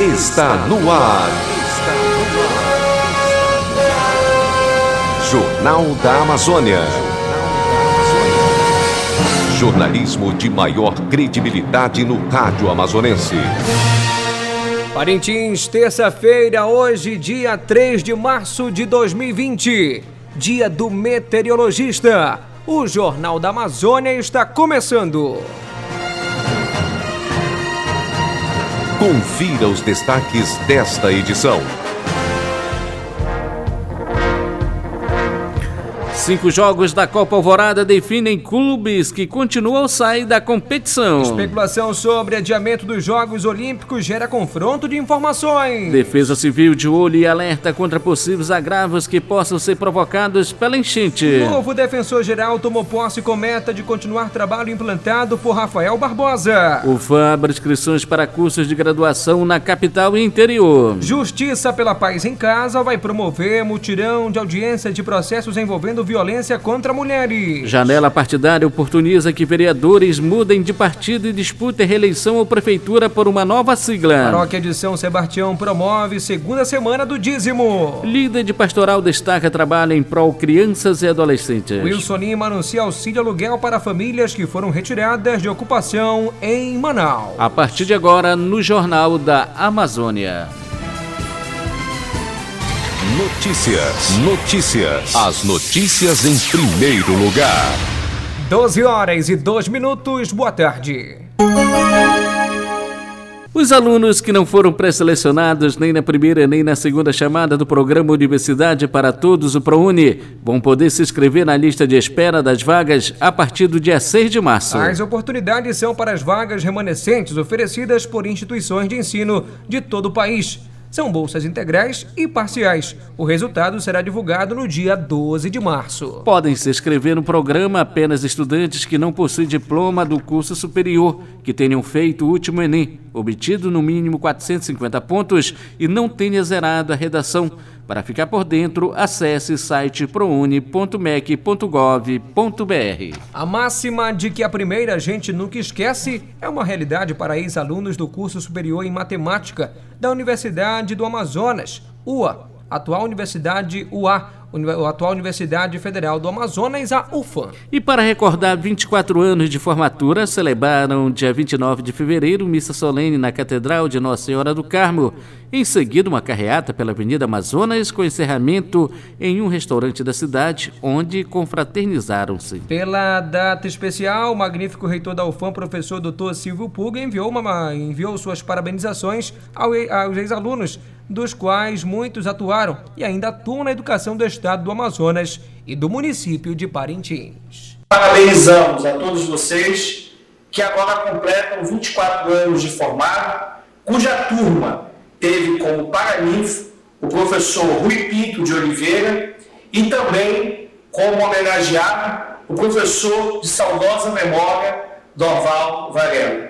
está no ar. Jornal da Amazônia. Jornalismo de maior credibilidade no rádio amazonense. Parintins, terça-feira, hoje, dia 3 de março de 2020, dia do meteorologista. O Jornal da Amazônia está começando. Confira os destaques desta edição. 5 jogos da Copa Alvorada definem clubes que continuam a sair da competição. Especulação sobre adiamento dos Jogos Olímpicos gera confronto de informações. Defesa Civil de olho e alerta contra possíveis agravos que possam ser provocados pela enchente. Novo defensor-geral tomou posse com meta de continuar trabalho implantado por Rafael Barbosa. O FAM abre inscrições para cursos de graduação na capital e interior. Justiça pela Paz em Casa vai promover mutirão de audiência de processos envolvendo violência contra mulheres. Janela partidária oportuniza que vereadores mudem de partido e disputem reeleição ou prefeitura por uma nova sigla. Paróquia de São Sebastião promove segunda semana do dízimo. Líder de pastoral destaca trabalho em prol crianças e adolescentes. Wilson Lima anuncia auxílio aluguel para famílias que foram retiradas de ocupação em Manaus. A partir de agora, no Jornal da Amazônia. Notícias. As notícias em primeiro lugar. 12h02, boa tarde. Os alunos que não foram pré-selecionados nem na primeira nem na segunda chamada do programa Universidade para Todos, o ProUni, vão poder se inscrever na lista de espera das vagas a partir do dia 6 de março. As oportunidades são para as vagas remanescentes oferecidas por instituições de ensino de todo o país. São bolsas integrais e parciais. O resultado será divulgado no dia 12 de março. Podem se inscrever no programa apenas estudantes que não possuem diploma do curso superior, que tenham feito o último Enem, obtido no mínimo 450 pontos e não tenha zerado a redação. Para ficar por dentro, acesse site prouni.mec.gov.br. A máxima de que a primeira a gente nunca esquece é uma realidade para ex-alunos do curso superior em matemática da Universidade do Amazonas, UA, atual Universidade UA, a atual Universidade Federal do Amazonas, a UFAM. E para recordar 24 anos de formatura, celebraram dia 29 de fevereiro missa solene na Catedral de Nossa Senhora do Carmo. Em seguida, uma carreata pela Avenida Amazonas com encerramento em um restaurante da cidade, onde confraternizaram-se. Pela data especial, o magnífico reitor da UFAM, professor Dr. Silvio Puga, enviou suas parabenizações aos ex-alunos, dos quais muitos atuaram e ainda atuam na educação do estado do Amazonas e do município de Parintins. Parabenizamos a todos vocês que agora completam 24 anos de formado, cuja turma teve como paraninfo o professor Rui Pinto de Oliveira e também como homenageado o professor de saudosa memória Dorval Varela.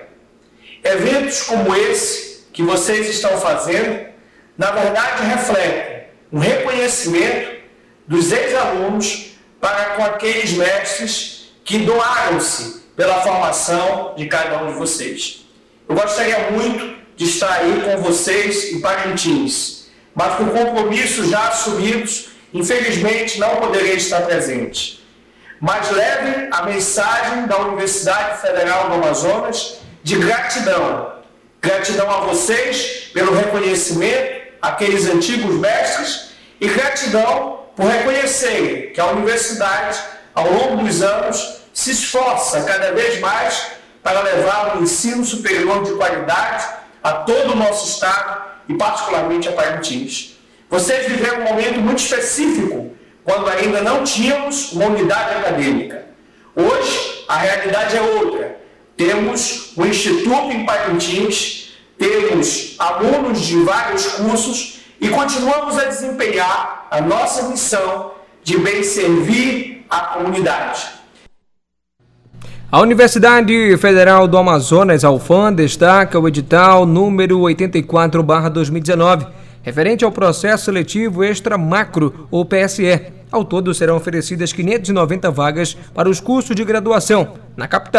Eventos como esse que vocês estão fazendo, na verdade, refletem um reconhecimento dos ex-alunos para com aqueles mestres que doaram-se pela formação de cada um de vocês. Eu gostaria muito de estar aí com vocês em Parintins, mas por compromissos já assumidos, infelizmente não poderei estar presente. Mas leve a mensagem da Universidade Federal do Amazonas de gratidão. Gratidão a vocês pelo reconhecimento àqueles antigos mestres e gratidão por reconhecerem que a universidade, ao longo dos anos, se esforça cada vez mais para levar um ensino superior de qualidade a todo o nosso estado e particularmente a Parintins. Vocês viveram um momento muito específico, quando ainda não tínhamos uma unidade acadêmica. Hoje, a realidade é outra. Temos um instituto em Parintins, temos alunos de vários cursos e continuamos a desempenhar a nossa missão de bem servir a comunidade. A Universidade Federal do Amazonas, a UFAM, destaca o edital número 84/2019, referente ao processo seletivo extra-macro, ou PSE. Ao todo serão oferecidas 590 vagas para os cursos de graduação na capital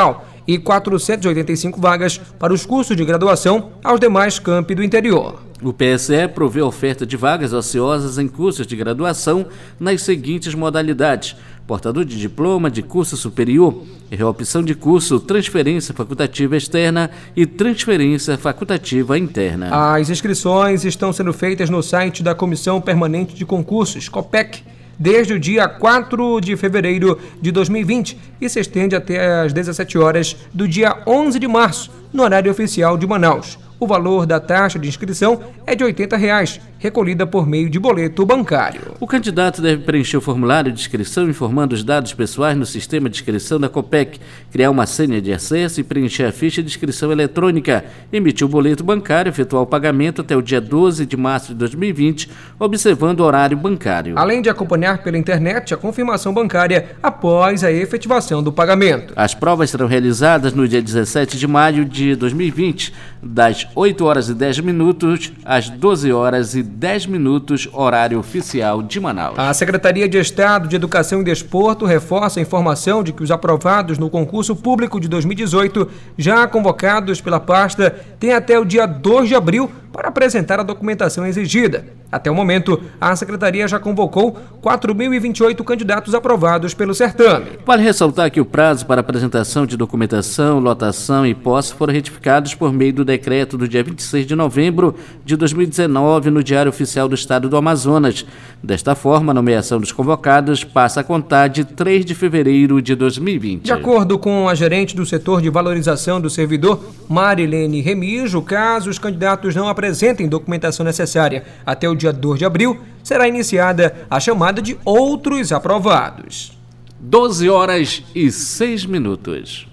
e 485 vagas para os cursos de graduação aos demais campi do interior. O PSE provê oferta de vagas ociosas em cursos de graduação nas seguintes modalidades: portador de diploma de curso superior, reopção de curso, transferência facultativa externa e transferência facultativa interna. As inscrições estão sendo feitas no site da Comissão Permanente de Concursos, COPEC, desde o dia 4 de fevereiro de 2020 e se estende até às 17 horas do dia 11 de março, no horário oficial de Manaus. O valor da taxa de inscrição é de R$ 80, recolhida por meio de boleto bancário. O candidato deve preencher o formulário de inscrição informando os dados pessoais no sistema de inscrição da COPEC, criar uma senha de acesso e preencher a ficha de inscrição eletrônica, emitir o boleto bancário, efetuar o pagamento até o dia 12 de março de 2020, observando o horário bancário. Além de acompanhar pela internet a confirmação bancária após a efetivação do pagamento. As provas serão realizadas no dia 17 de maio de 2020, das 8 horas e 10 minutos às 12 horas e 10 minutos, horário oficial de Manaus. A Secretaria de Estado de Educação e Desporto reforça a informação de que os aprovados no concurso público de 2018, já convocados pela pasta, têm até o dia 2 de abril para apresentar a documentação exigida. Até o momento, a Secretaria já convocou 4.028 candidatos aprovados pelo certame. Vale ressaltar que o prazo para apresentação de documentação, lotação e posse foram retificados por meio do decreto do dia 26 de novembro de 2019 no Diário Oficial do Estado do Amazonas. Desta forma, a nomeação dos convocados passa a contar de 3 de fevereiro de 2020. De acordo com a gerente do setor de valorização do servidor, Marilene Remijo, caso os candidatos não apresentem documentação necessária até o dia 2 de abril, será iniciada a chamada de outros aprovados. 12 horas e 6 minutos.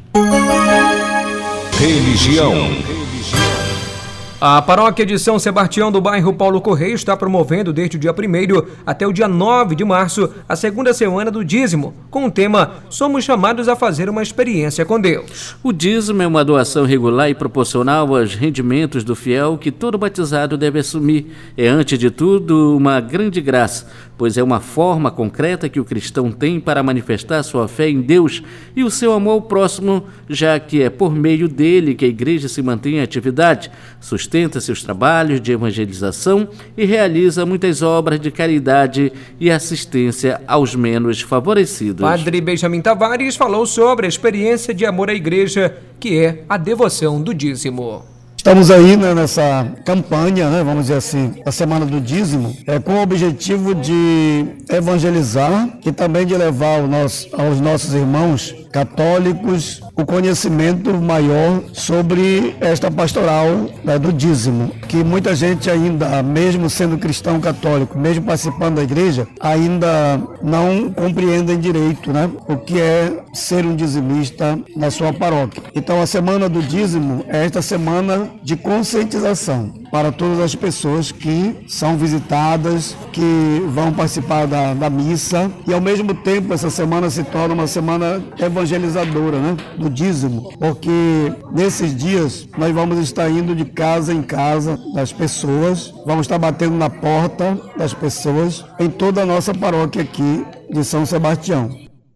Religião. A paróquia de São Sebastião do bairro Paulo Correia está promovendo desde o dia 1º até o dia 9 de março a segunda semana do dízimo, com o tema Somos chamados a fazer uma experiência com Deus. O dízimo é uma doação regular e proporcional aos rendimentos do fiel que todo batizado deve assumir. É, antes de tudo, uma grande graça, pois é uma forma concreta que o cristão tem para manifestar sua fé em Deus e o seu amor ao próximo, já que é por meio dele que a igreja se mantém em atividade, sustenta seus trabalhos de evangelização e realiza muitas obras de caridade e assistência aos menos favorecidos. Padre Benjamin Tavares falou sobre a experiência de amor à igreja, que é a devoção do dízimo. Estamos aí, né, nessa campanha, né, vamos dizer assim, a Semana do Dízimo, com o objetivo de evangelizar e também de levar aos nossos irmãos católicos o conhecimento maior sobre esta pastoral, né, do dízimo, que muita gente ainda, mesmo sendo cristão católico, mesmo participando da igreja, ainda não compreendem direito, né, o que é ser um dizimista na sua paróquia. Então a Semana do Dízimo é esta semana de conscientização para todas as pessoas que são visitadas, que vão participar da missa, e ao mesmo tempo essa semana se torna uma semana evangelizadora, né, do dízimo, porque nesses dias nós vamos estar indo de casa em casa das pessoas, vamos estar batendo na porta das pessoas em toda a nossa paróquia aqui de São Sebastião.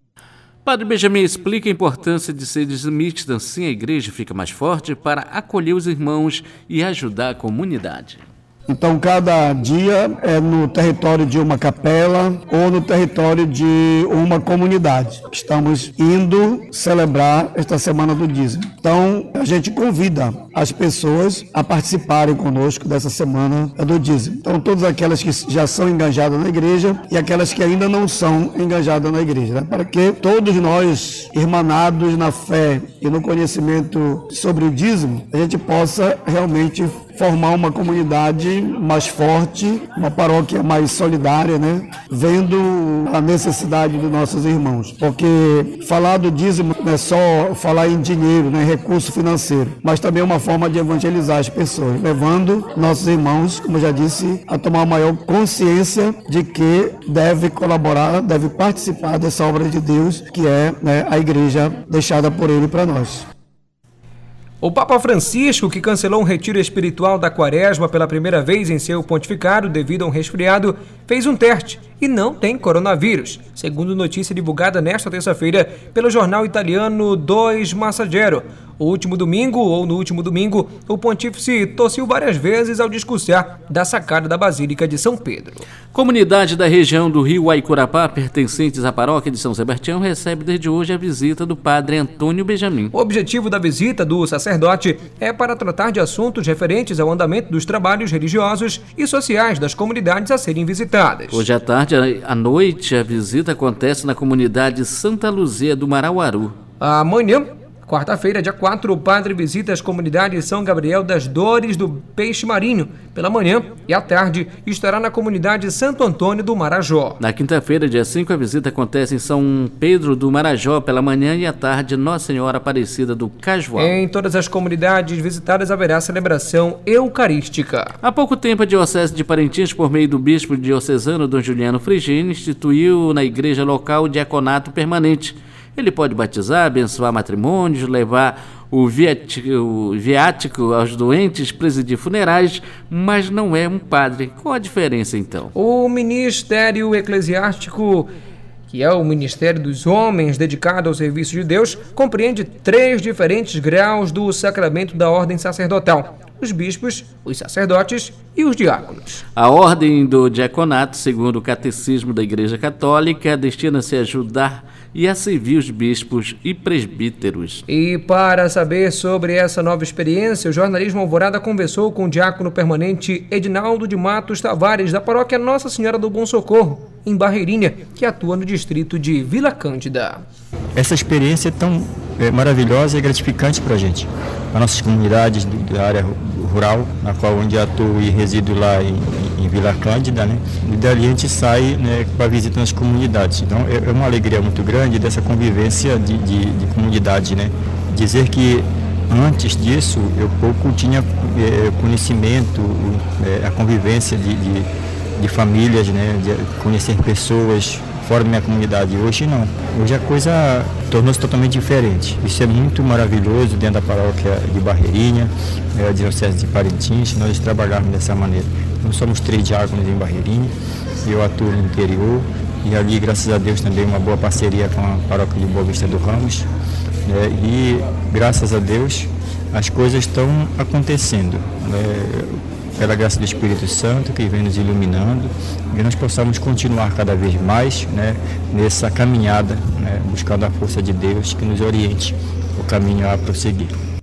Padre Benjamin explica a importância de ser dizimista, assim a igreja fica mais forte para acolher os irmãos e ajudar a comunidade. Então, cada dia é no território de uma capela ou no território de uma comunidade. Estamos indo celebrar esta Semana do Dízimo. Então, a gente convida as pessoas a participarem conosco dessa Semana do Dízimo. Então, todas aquelas que já são engajadas na igreja e aquelas que ainda não são engajadas na igreja, né? Para que todos nós, irmanados na fé e no conhecimento sobre o dízimo, a gente possa realmente formar uma comunidade mais forte, uma paróquia mais solidária, né? Vendo a necessidade dos nossos irmãos. Porque falar do dízimo não é só falar em dinheiro, né? Recurso financeiro, mas também é uma forma de evangelizar as pessoas, levando nossos irmãos, como eu já disse, a tomar maior consciência de que deve colaborar, deve participar dessa obra de Deus, que é, né, a igreja deixada por ele para nós. O Papa Francisco, que cancelou um retiro espiritual da Quaresma pela primeira vez em seu pontificado devido a um resfriado, fez um teste e não tem coronavírus, segundo notícia divulgada nesta terça-feira pelo jornal italiano Dois Messaggero. No último domingo, o pontífice tossiu várias vezes ao discursar da sacada da Basílica de São Pedro. Comunidade da região do Rio Aicurapá, pertencentes à paróquia de São Sebastião, recebe desde hoje a visita do padre Antônio Benjamin. O objetivo da visita do sacerdote é para tratar de assuntos referentes ao andamento dos trabalhos religiosos e sociais das comunidades a serem visitadas. Hoje à tarde, à noite, a visita acontece na comunidade Santa Luzia do Marauaru. Amanhã, quarta-feira, dia 4, o padre visita as comunidades São Gabriel das Dores do Peixe Marinho pela manhã e à tarde estará na comunidade Santo Antônio do Marajó. Na quinta-feira, dia 5, a visita acontece em São Pedro do Marajó pela manhã e à tarde Nossa Senhora Aparecida do Casual. Em todas as comunidades visitadas haverá celebração eucarística. Há pouco tempo, a Diocese de Parintins, por meio do bispo diocesano Dom Juliano Frigini, instituiu na igreja local o diaconato permanente. Ele pode batizar, abençoar matrimônios, levar o viático aos doentes, presidir funerais, mas não é um padre. Qual a diferença, então? O ministério eclesiástico, que é o ministério dos homens dedicado ao serviço de Deus, compreende 3 diferentes graus do sacramento da ordem sacerdotal: os bispos, os sacerdotes e os diáconos. A ordem do diaconato, segundo o catecismo da Igreja Católica, destina-se a ajudar e a servir os bispos e presbíteros. E para saber sobre essa nova experiência, o jornalismo Alvorada conversou com o diácono permanente Edinaldo de Matos Tavares, da paróquia Nossa Senhora do Bom Socorro, em Barreirinha, que atua no distrito de Vila Cândida. Essa experiência é tão maravilhosa e gratificante para a gente. As nossas comunidades da área rural, na qual onde atuo e resido lá em Vila Cândida, né? E dali a gente sai, né, para visita nas comunidades. Então é uma alegria muito grande dessa convivência de comunidade, né? Dizer que antes disso eu pouco tinha conhecimento, a convivência de famílias, né? De conhecer pessoas fora da minha comunidade. Hoje não. Hoje a coisa tornou-se totalmente diferente. Isso é muito maravilhoso dentro da paróquia de Barreirinha, a Diocese de Parintins, nós trabalharmos dessa maneira. Nós somos 3 diáconos em Barreirinha, eu atuo no interior e ali, graças a Deus, também uma boa parceria com a paróquia de Boa Vista do Ramos. E, graças a Deus, as coisas estão acontecendo. Pela graça do Espírito Santo, que vem nos iluminando, e nós possamos continuar cada vez mais, né, nessa caminhada, né, buscando a força de Deus que nos oriente o caminho a prosseguir.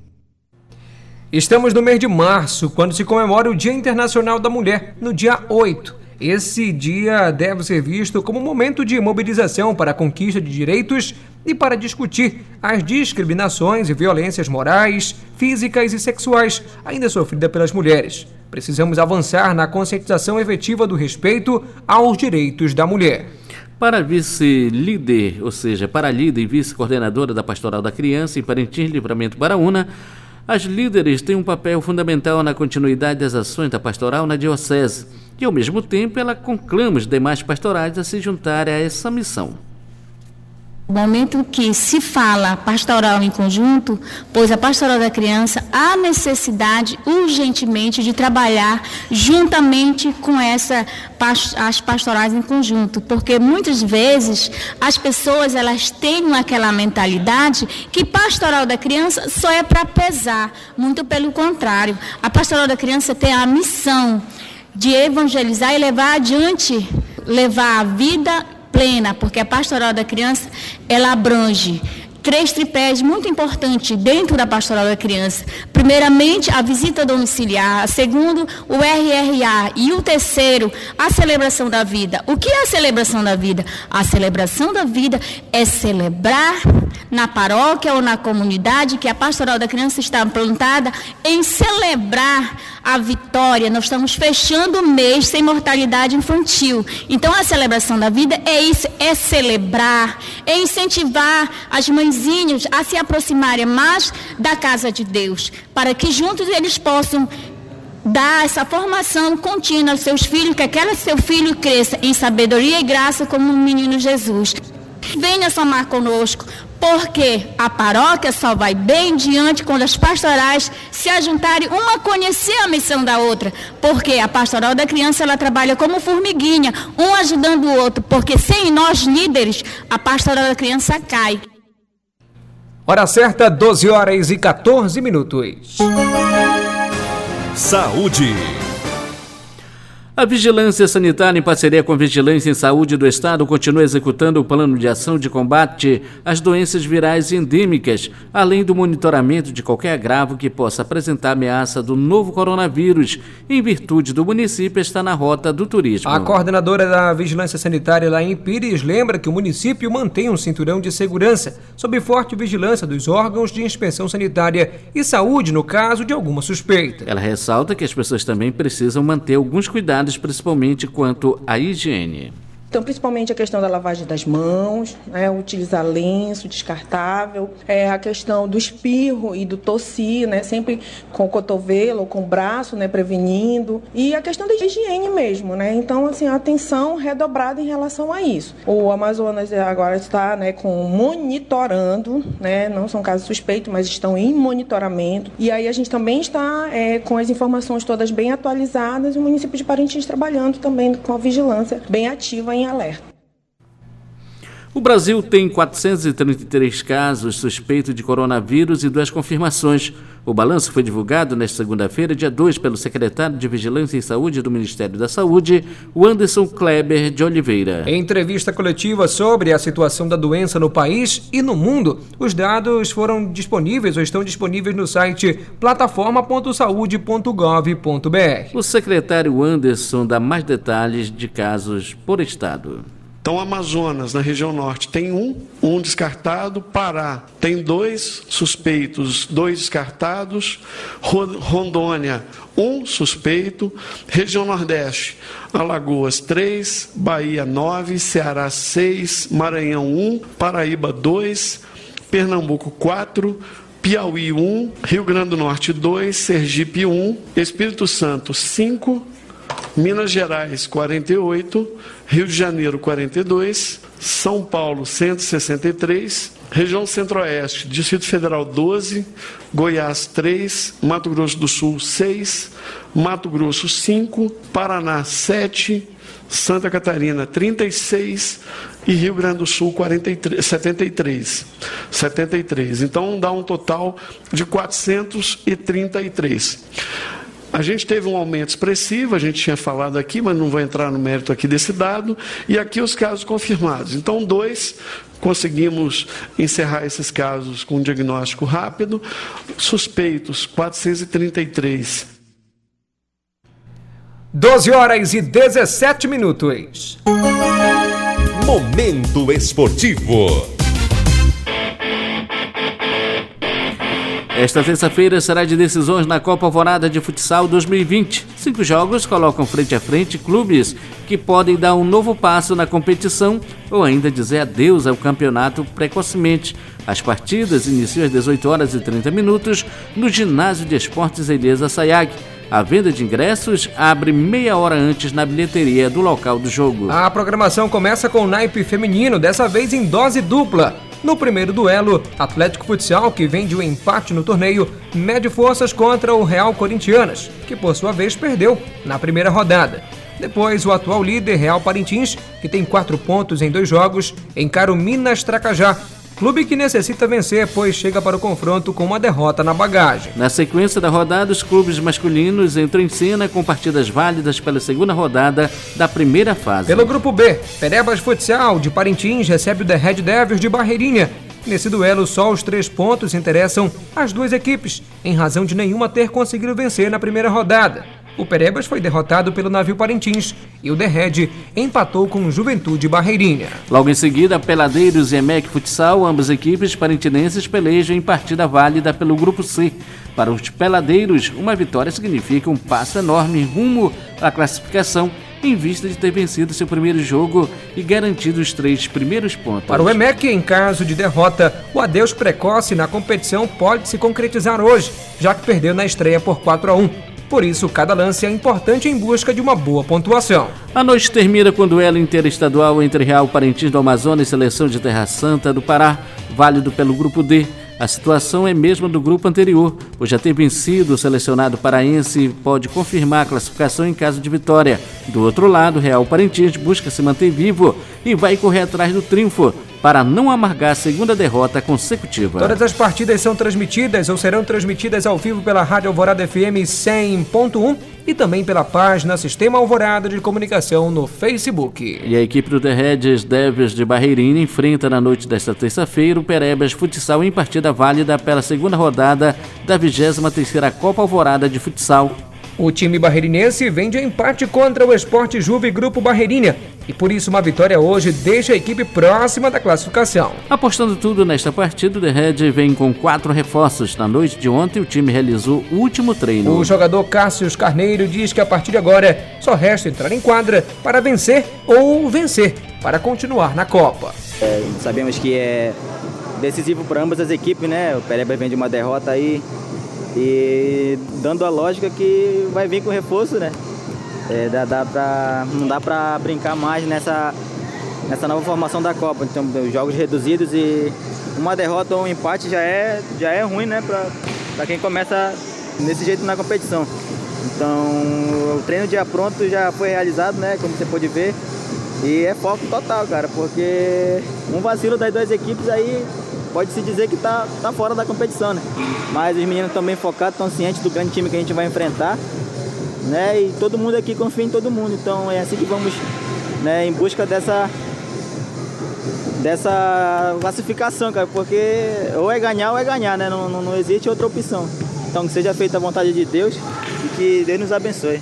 Estamos no mês de março, quando se comemora o Dia Internacional da Mulher, no dia 8. Esse dia deve ser visto como um momento de mobilização para a conquista de direitos e para discutir as discriminações e violências morais, físicas e sexuais ainda sofridas pelas mulheres. Precisamos avançar na conscientização efetiva do respeito aos direitos da mulher. Para vice-líder, ou seja, para líder e vice-coordenadora da Pastoral da Criança em Parintins, Livramento Baraúna, as líderes têm um papel fundamental na continuidade das ações da pastoral na diocese e, ao mesmo tempo, ela conclama os demais pastorais a se juntarem a essa missão. O momento que se fala pastoral em conjunto, pois a pastoral da criança há necessidade urgentemente de trabalhar juntamente com as pastorais em conjunto, porque muitas vezes as pessoas elas têm aquela mentalidade que pastoral da criança só é para pesar, muito pelo contrário. A pastoral da criança tem a missão de evangelizar e levar adiante, levar a vida plena, porque a pastoral da criança, ela abrange 3 tripés muito importantes dentro da pastoral da criança. Primeiramente, a visita domiciliar. Segundo, o RRA. E o terceiro, a celebração da vida. O que é a celebração da vida? A celebração da vida é celebrar na paróquia ou na comunidade que a pastoral da criança está plantada em celebrar a vitória. Nós estamos fechando o mês sem mortalidade infantil. Então, a celebração da vida é isso, é celebrar, é incentivar as mãezinhas a se aproximarem mais da casa de Deus, para que juntos eles possam dar essa formação contínua aos seus filhos, que aquele seu filho cresça em sabedoria e graça como o menino Jesus. Venha somar conosco, porque a paróquia só vai bem diante quando as pastorais se ajuntarem, uma conhecer a missão da outra, porque a pastoral da criança ela trabalha como formiguinha, um ajudando o outro, porque sem nós líderes, a pastoral da criança cai. Hora certa, 12h14. Saúde. A Vigilância Sanitária, em parceria com a Vigilância em Saúde do Estado, continua executando o plano de ação de combate às doenças virais endêmicas, além do monitoramento de qualquer agravo que possa apresentar ameaça do novo coronavírus, em virtude do município estar na rota do turismo. A coordenadora da Vigilância Sanitária, Laine Pires, lembra que o município mantém um cinturão de segurança, sob forte vigilância dos órgãos de inspeção sanitária e saúde no caso de alguma suspeita. Ela ressalta que as pessoas também precisam manter alguns cuidados, principalmente quanto à higiene. Então, principalmente a questão da lavagem das mãos, utilizar lenço descartável, a questão do espirro e do tossir, sempre com o cotovelo ou com o braço, prevenindo, e a questão da higiene mesmo, Então, assim, a atenção redobrada em relação a isso. O Amazonas agora está, monitorando, não são casos suspeitos, mas estão em monitoramento, e aí a gente também está com as informações todas bem atualizadas, e o município de Parintins trabalhando também com a vigilância bem ativa em alerta. O Brasil tem 433 casos suspeitos de coronavírus e 2 confirmações. O balanço foi divulgado nesta segunda-feira, dia 2, pelo secretário de Vigilância e Saúde do Ministério da Saúde, o Anderson Kleber de Oliveira. Em entrevista coletiva sobre a situação da doença no país e no mundo, os dados foram disponíveis ou estão disponíveis no site plataforma.saude.gov.br. O secretário Anderson dá mais detalhes de casos por estado. Então, Amazonas, na região norte, tem um descartado. Pará tem 2 suspeitos, 2 descartados. Rondônia, 1 suspeito. Região nordeste, Alagoas, 3. Bahia, 9. Ceará, 6. Maranhão, 1. Paraíba, 2. Pernambuco, 4. Piauí, 1. Rio Grande do Norte, 2. Sergipe, 1. Espírito Santo, 5. Minas Gerais, 48, Rio de Janeiro, 42, São Paulo, 163, região Centro-Oeste, Distrito Federal, 12, Goiás, 3, Mato Grosso do Sul, 6, Mato Grosso, 5, Paraná, 7, Santa Catarina, 36 e Rio Grande do Sul, 73. Então, dá um total de 433. A gente teve um aumento expressivo, a gente tinha falado aqui, mas não vou entrar no mérito aqui desse dado, e aqui os casos confirmados. Então, 2, conseguimos encerrar esses casos com um diagnóstico rápido, suspeitos, 433. 12h17. Momento esportivo. Esta terça-feira será de decisões na Copa Alvorada de Futsal 2020. 5 jogos colocam frente a frente clubes que podem dar um novo passo na competição ou ainda dizer adeus ao campeonato precocemente. As partidas iniciam às 18h30 no Ginásio de Esportes Elias Sayag. A venda de ingressos abre meia hora antes na bilheteria do local do jogo. A programação começa com o naipe feminino, dessa vez em dose dupla. No primeiro duelo, Atlético Futsal, que vem de um empate no torneio, mede forças contra o Real Corintianas, que por sua vez perdeu na primeira rodada. Depois, o atual líder Real Parintins, que tem 4 pontos em 2 jogos, encara o Minas Tracajá, clube que necessita vencer, pois chega para o confronto com uma derrota na bagagem. Na sequência da rodada, os clubes masculinos entram em cena com partidas válidas pela segunda rodada da primeira fase. Pelo grupo B, Perebas Futsal de Parintins recebe o The Red Devils de Barreirinha. Nesse duelo, só os 3 pontos interessam às 2 equipes, em razão de nenhuma ter conseguido vencer na primeira rodada. O Perebas foi derrotado pelo Navio Parintins e o The Red empatou com o Juventude Barreirinha. Logo em seguida, Peladeiros e EMEC Futsal, ambas equipes parintinenses pelejam em partida válida pelo Grupo C. Para os Peladeiros, uma vitória significa um passo enorme rumo à classificação, em vista de ter vencido seu primeiro jogo e garantido os 3 primeiros pontos. Para o EMEC, em caso de derrota, o adeus precoce na competição pode se concretizar hoje, já que perdeu na estreia por 4-1. Por isso, cada lance é importante em busca de uma boa pontuação. A noite termina com o duelo interestadual entre Real Parintins do Amazonas e Seleção de Terra Santa do Pará, válido pelo Grupo D. A situação é mesma do grupo anterior, pois já ter vencido o selecionado paraense pode confirmar a classificação em caso de vitória. Do outro lado, Real Parintins busca se manter vivo e vai correr atrás do triunfo para não amargar a segunda derrota consecutiva. Todas as partidas são transmitidas ou serão transmitidas ao vivo pela Rádio Alvorada FM 100.1 e também pela página Sistema Alvorada de Comunicação no Facebook. E a equipe do The Reds Devils de Barreirinha enfrenta na noite desta terça-feira o Perebas Futsal em partida válida pela segunda rodada da 23ª Copa Alvorada de Futsal. O time barreirinense vem de empate contra o Esporte Juve Grupo Barreirinha e por isso uma vitória hoje deixa a equipe próxima da classificação. Apostando tudo nesta partida, o The Red vem com 4 reforços. Na noite de ontem o time realizou o último treino. O jogador Cássio Carneiro diz que a partir de agora só resta entrar em quadra para vencer ou vencer para continuar na Copa. Sabemos que é decisivo para ambas as equipes, né? O Perebas vem de uma derrota aí. E dando a lógica que vai vir com reforço, né? Não dá pra brincar mais nessa nova formação da Copa. Então, jogos reduzidos e uma derrota ou um empate já é ruim, né? Pra quem começa desse jeito na competição. Então, o treino dia pronto já foi realizado, né? Como você pôde ver. E é foco total, cara, porque um vacilo das duas equipes aí pode-se dizer que tá fora da competição, né? Mas os meninos estão bem focados, estão cientes do grande time que a gente vai enfrentar, né? E todo mundo aqui confia em todo mundo. Então é assim que vamos, né, em busca dessa classificação, cara, porque ou é ganhar, né? Não existe outra opção. Então que seja feita a vontade de Deus e que Deus nos abençoe.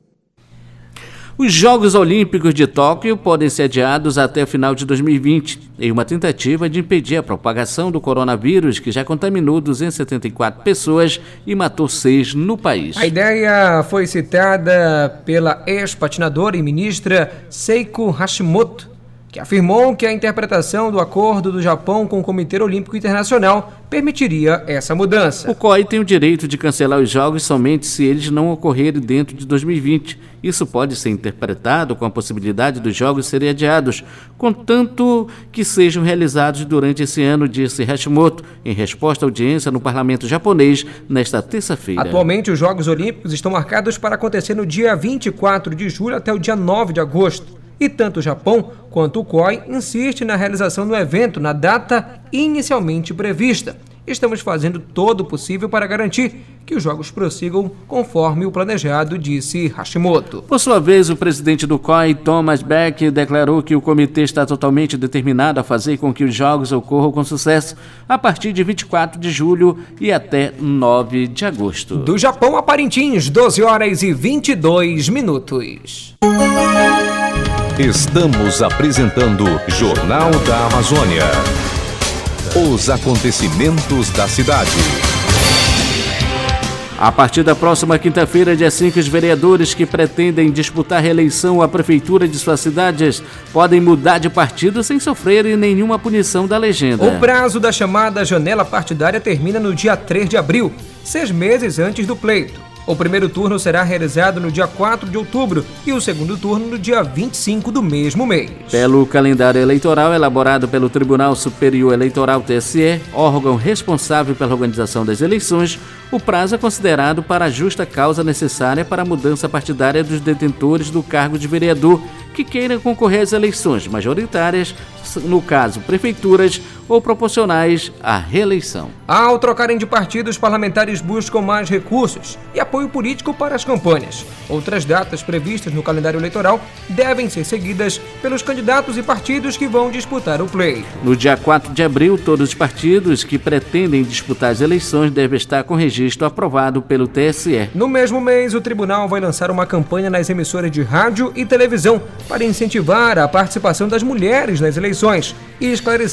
Os Jogos Olímpicos de Tóquio podem ser adiados até o final de 2020, em uma tentativa de impedir a propagação do coronavírus, que já contaminou 274 pessoas e matou 6 no país. A ideia foi citada pela ex-patinadora e ministra Seiko Hashimoto, que afirmou que a interpretação do acordo do Japão com o Comitê Olímpico Internacional permitiria essa mudança. O COI tem o direito de cancelar os jogos somente se eles não ocorrerem dentro de 2020. Isso pode ser interpretado com a possibilidade dos jogos serem adiados, contanto que sejam realizados durante esse ano, disse Hashimoto, em resposta à audiência no parlamento japonês nesta terça-feira. Atualmente, os Jogos Olímpicos estão marcados para acontecer no dia 24 de julho até o dia 9 de agosto. E tanto o Japão quanto o COI insistem na realização do evento na data inicialmente prevista. Estamos fazendo todo o possível para garantir que os jogos prossigam conforme o planejado, disse Hashimoto. Por sua vez, o presidente do COI, Thomas Beck, declarou que o comitê está totalmente determinado a fazer com que os jogos ocorram com sucesso a partir de 24 de julho e até 9 de agosto. Do Japão a Parintins, 12 horas e 22 minutos. Estamos apresentando Jornal da Amazônia. Os acontecimentos da cidade. A partir da próxima quinta-feira, dia 5, os vereadores que pretendem disputar reeleição à prefeitura de suas cidades podem mudar de partido sem sofrerem nenhuma punição da legenda. O prazo da chamada janela partidária termina no dia 3 de abril, 6 meses antes do pleito. O primeiro turno será realizado no dia 4 de outubro e o segundo turno no dia 25 do mesmo mês. Pelo calendário eleitoral elaborado pelo Tribunal Superior Eleitoral TSE, órgão responsável pela organização das eleições, o prazo é considerado para a justa causa necessária para a mudança partidária dos detentores do cargo de vereador que queiram concorrer às eleições majoritárias, no caso prefeituras ou proporcionais à reeleição. Ao trocarem de partido, os parlamentares buscam mais recursos e apoio político para as campanhas. Outras datas previstas no calendário eleitoral devem ser seguidas pelos candidatos e partidos que vão disputar o pleito. No dia 4 de abril, todos os partidos que pretendem disputar as eleições devem estar com registro aprovado pelo TSE. No mesmo mês, o tribunal vai lançar uma campanha nas emissoras de rádio e televisão para incentivar a participação das mulheres nas eleições e esclarecer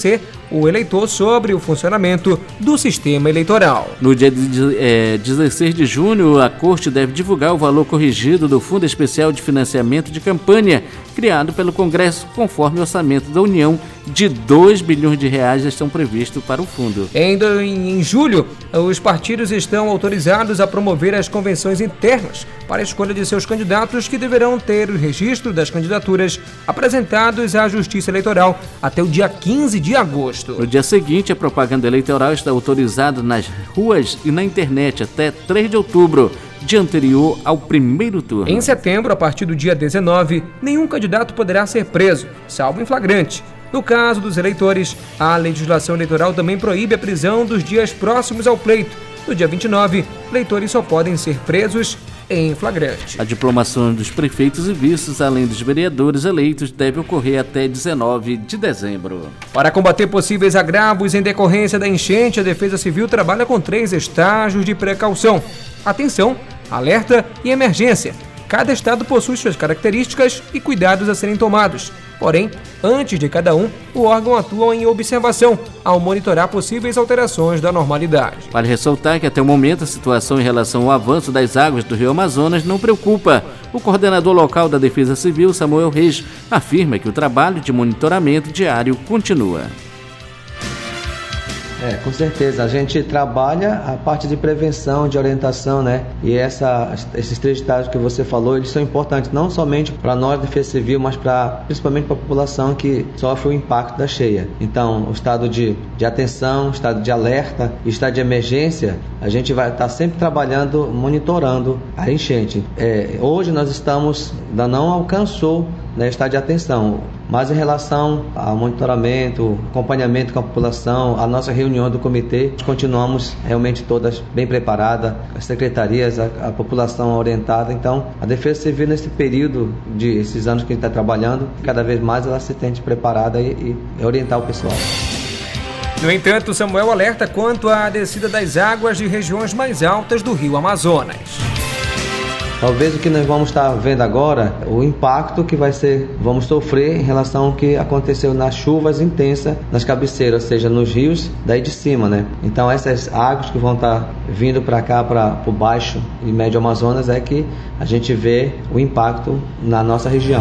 o eleitor sobre o funcionamento do sistema eleitoral. No dia 16 de junho, a Corte deve divulgar o valor corrigido do Fundo Especial de Financiamento de Campanha, criado pelo Congresso, conforme o orçamento da União, de R$2 bilhões já estão previstos para o fundo. Em julho, os partidos estão autorizados a promover as convenções internas para a escolha de seus candidatos, que deverão ter o registro das candidaturas apresentados à Justiça Eleitoral até o dia 15 de agosto. No dia seguinte, a propaganda eleitoral está autorizada nas ruas e na internet até 3 de outubro, dia anterior ao primeiro turno. Em setembro, a partir do dia 19, nenhum candidato poderá ser preso, salvo em flagrante. No caso dos eleitores, a legislação eleitoral também proíbe a prisão dos dias próximos ao pleito. No dia 29, eleitores só podem ser presos em flagrante. A diplomação dos prefeitos e vices, além dos vereadores eleitos, deve ocorrer até 19 de dezembro. Para combater possíveis agravos em decorrência da enchente, a Defesa Civil trabalha com 3 estágios de precaução: atenção, alerta e emergência. Cada estado possui suas características e cuidados a serem tomados. Porém, antes de cada um, o órgão atua em observação, ao monitorar possíveis alterações da normalidade. Vale ressaltar que até o momento a situação em relação ao avanço das águas do Rio Amazonas não preocupa. O coordenador local da Defesa Civil, Samuel Reis, afirma que o trabalho de monitoramento diário continua. Com certeza. A gente trabalha a parte de prevenção, de orientação, né? E esses 3 estágios que você falou, eles são importantes não somente para nós, Defesa Civil, mas principalmente para a população que sofre o impacto da cheia. Então, o estado de atenção, o estado de alerta e o estado de emergência, a gente vai estar sempre trabalhando, monitorando a enchente. Hoje nós estamos, ainda não alcançou, né, estado de atenção, mas em relação ao monitoramento, acompanhamento com a população, a nossa reunião do comitê, continuamos realmente todas bem preparadas, as secretarias, a população orientada. Então, a Defesa Civil, nesse período esses anos que a gente está trabalhando, cada vez mais ela se sente preparada e orientar o pessoal. No entanto, Samuel alerta quanto à descida das águas de regiões mais altas do Rio Amazonas. Talvez o que nós vamos estar vendo agora, o impacto que vamos sofrer em relação ao que aconteceu nas chuvas intensas nas cabeceiras, ou seja, nos rios daí de cima, né? Então essas águas que vão estar vindo para cá, para o baixo e médio Amazonas, é que a gente vê o impacto na nossa região.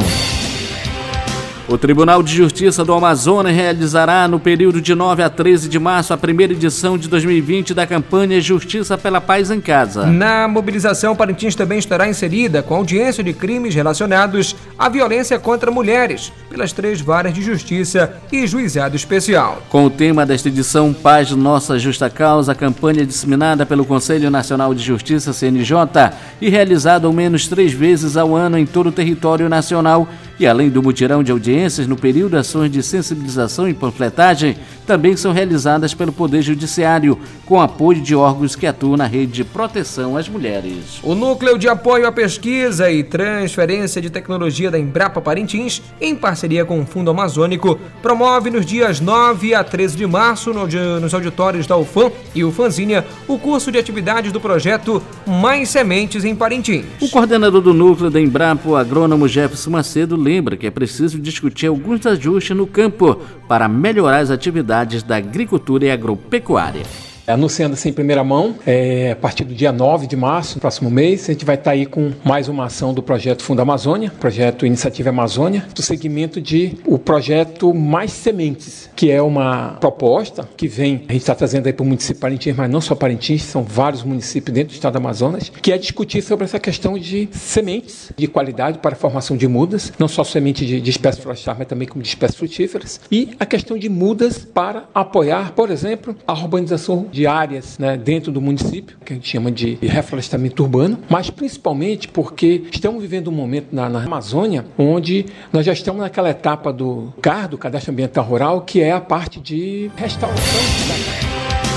O Tribunal de Justiça do Amazonas realizará no período de 9 a 13 de março a primeira edição de 2020 da campanha Justiça pela Paz em Casa. Na mobilização, Parintins também estará inserida com audiência de crimes relacionados à violência contra mulheres pelas 3 varas de justiça e juizado especial. Com o tema desta edição, Paz Nossa Justa Causa, a campanha disseminada pelo Conselho Nacional de Justiça, CNJ, e realizada ao menos 3 vezes ao ano em todo o território nacional. E além do mutirão de audiências, no período, ações de sensibilização e panfletagem também são realizadas pelo Poder Judiciário, com apoio de órgãos que atuam na rede de proteção às mulheres. O Núcleo de Apoio à Pesquisa e Transferência de Tecnologia da Embrapa Parintins, em parceria com o Fundo Amazônico, promove nos dias 9 a 13 de março, nos auditórios da UFAM e UFAMzinha, o curso de atividades do projeto Mais Sementes em Parintins. O coordenador do núcleo da Embrapa, o agrônomo Jefferson Macedo, lembra que é preciso discutir alguns ajustes no campo para melhorar as atividades da agricultura e agropecuária. Anunciando assim em primeira mão, a partir do dia 9 de março, no próximo mês, a gente vai estar aí com mais uma ação do projeto Fundo Amazônia, projeto Iniciativa Amazônia, do segmento o projeto Mais Sementes, que é uma proposta que a gente está trazendo aí para o município de Parintins, mas não só Parintins, são vários municípios dentro do estado do Amazonas, que é discutir sobre essa questão de sementes de qualidade para a formação de mudas, não só semente de espécies florestais, mas também como de espécies frutíferas, e a questão de mudas para apoiar, por exemplo, a urbanização de áreas, né, dentro do município, que a gente chama de reflorestamento urbano, mas principalmente porque estamos vivendo um momento na Amazônia onde nós já estamos naquela etapa do CAR, do Cadastro Ambiental Rural, que é a parte de restauração da...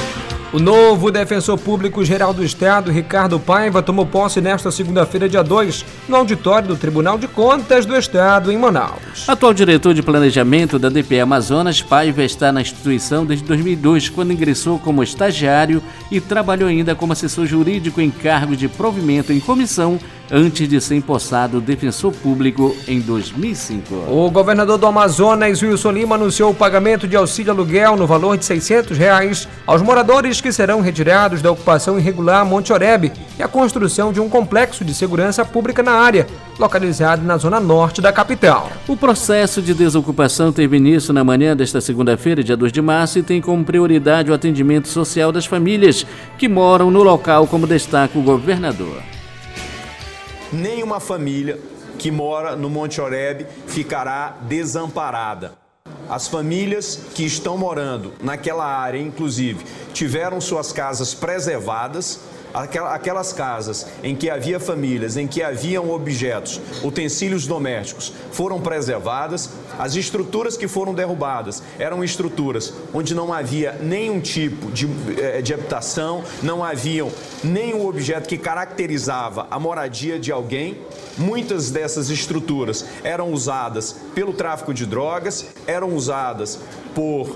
O novo defensor público geral do Estado, Ricardo Paiva, tomou posse nesta segunda-feira, dia 2, no auditório do Tribunal de Contas do Estado, em Manaus. Atual diretor de planejamento da DPE Amazonas, Paiva está na instituição desde 2002, quando ingressou como estagiário e trabalhou ainda como assessor jurídico em cargo de provimento em comissão antes de ser empossado defensor público em 2005. O governador do Amazonas, Wilson Lima, anunciou o pagamento de auxílio aluguel no valor de R$ 600 aos moradores que serão retirados da ocupação irregular Monte Oreb e a construção de um complexo de segurança pública na área, localizado na zona norte da capital. O processo de desocupação teve início na manhã desta segunda-feira, dia 2 de março, e tem como prioridade o atendimento social das famílias que moram no local, como destaca o governador. Nenhuma família que mora no Monte Oreb ficará desamparada. As famílias que estão morando naquela área, inclusive, tiveram suas casas preservadas. Aquelas casas em que havia famílias, em que haviam objetos, utensílios domésticos, foram preservadas. As estruturas que foram derrubadas eram estruturas onde não havia nenhum tipo de habitação, não havia nenhum objeto que caracterizava a moradia de alguém. Muitas dessas estruturas eram usadas pelo tráfico de drogas, eram usadas por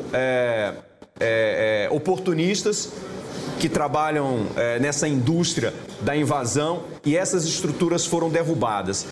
oportunistas que trabalham nessa indústria da invasão, e essas estruturas foram derrubadas.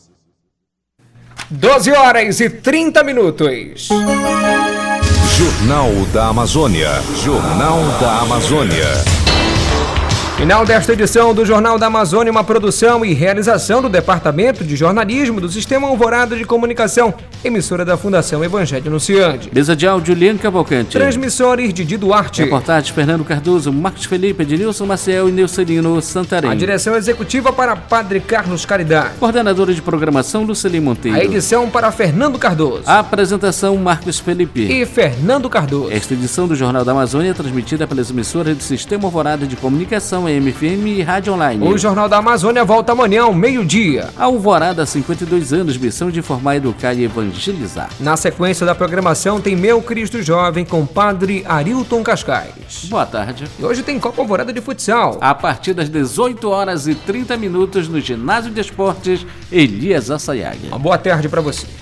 12h30. Jornal da Amazônia. Jornal da Amazônia. Final desta edição do Jornal da Amazônia, uma produção e realização do Departamento de Jornalismo do Sistema Alvorada de Comunicação, emissora da Fundação Evangelho Anunciante. Mesa de áudio, Lian Cavalcante. Transmissores, Didi Duarte. Reportagens, Fernando Cardoso, Marcos Felipe, Ednilson Maciel e Neucelino Santarém. A direção executiva para Padre Carlos Caridade. Coordenadora de programação, Luceli Monteiro. A edição para Fernando Cardoso. A apresentação, Marcos Felipe e Fernando Cardoso. Esta edição do Jornal da Amazônia é transmitida pelas emissoras do Sistema Alvorada de Comunicação, MFM e Rádio Online. O Jornal da Amazônia volta amanhã ao meio-dia. Alvorada, 52 anos, missão de informar, educar e evangelizar. Na sequência da programação tem Meu Cristo Jovem com Padre Arilton Cascais. Boa tarde. E hoje tem Copa Alvorada de Futsal. A partir das 18h30 no Ginásio de Esportes Elias Assayag. Uma boa tarde para você.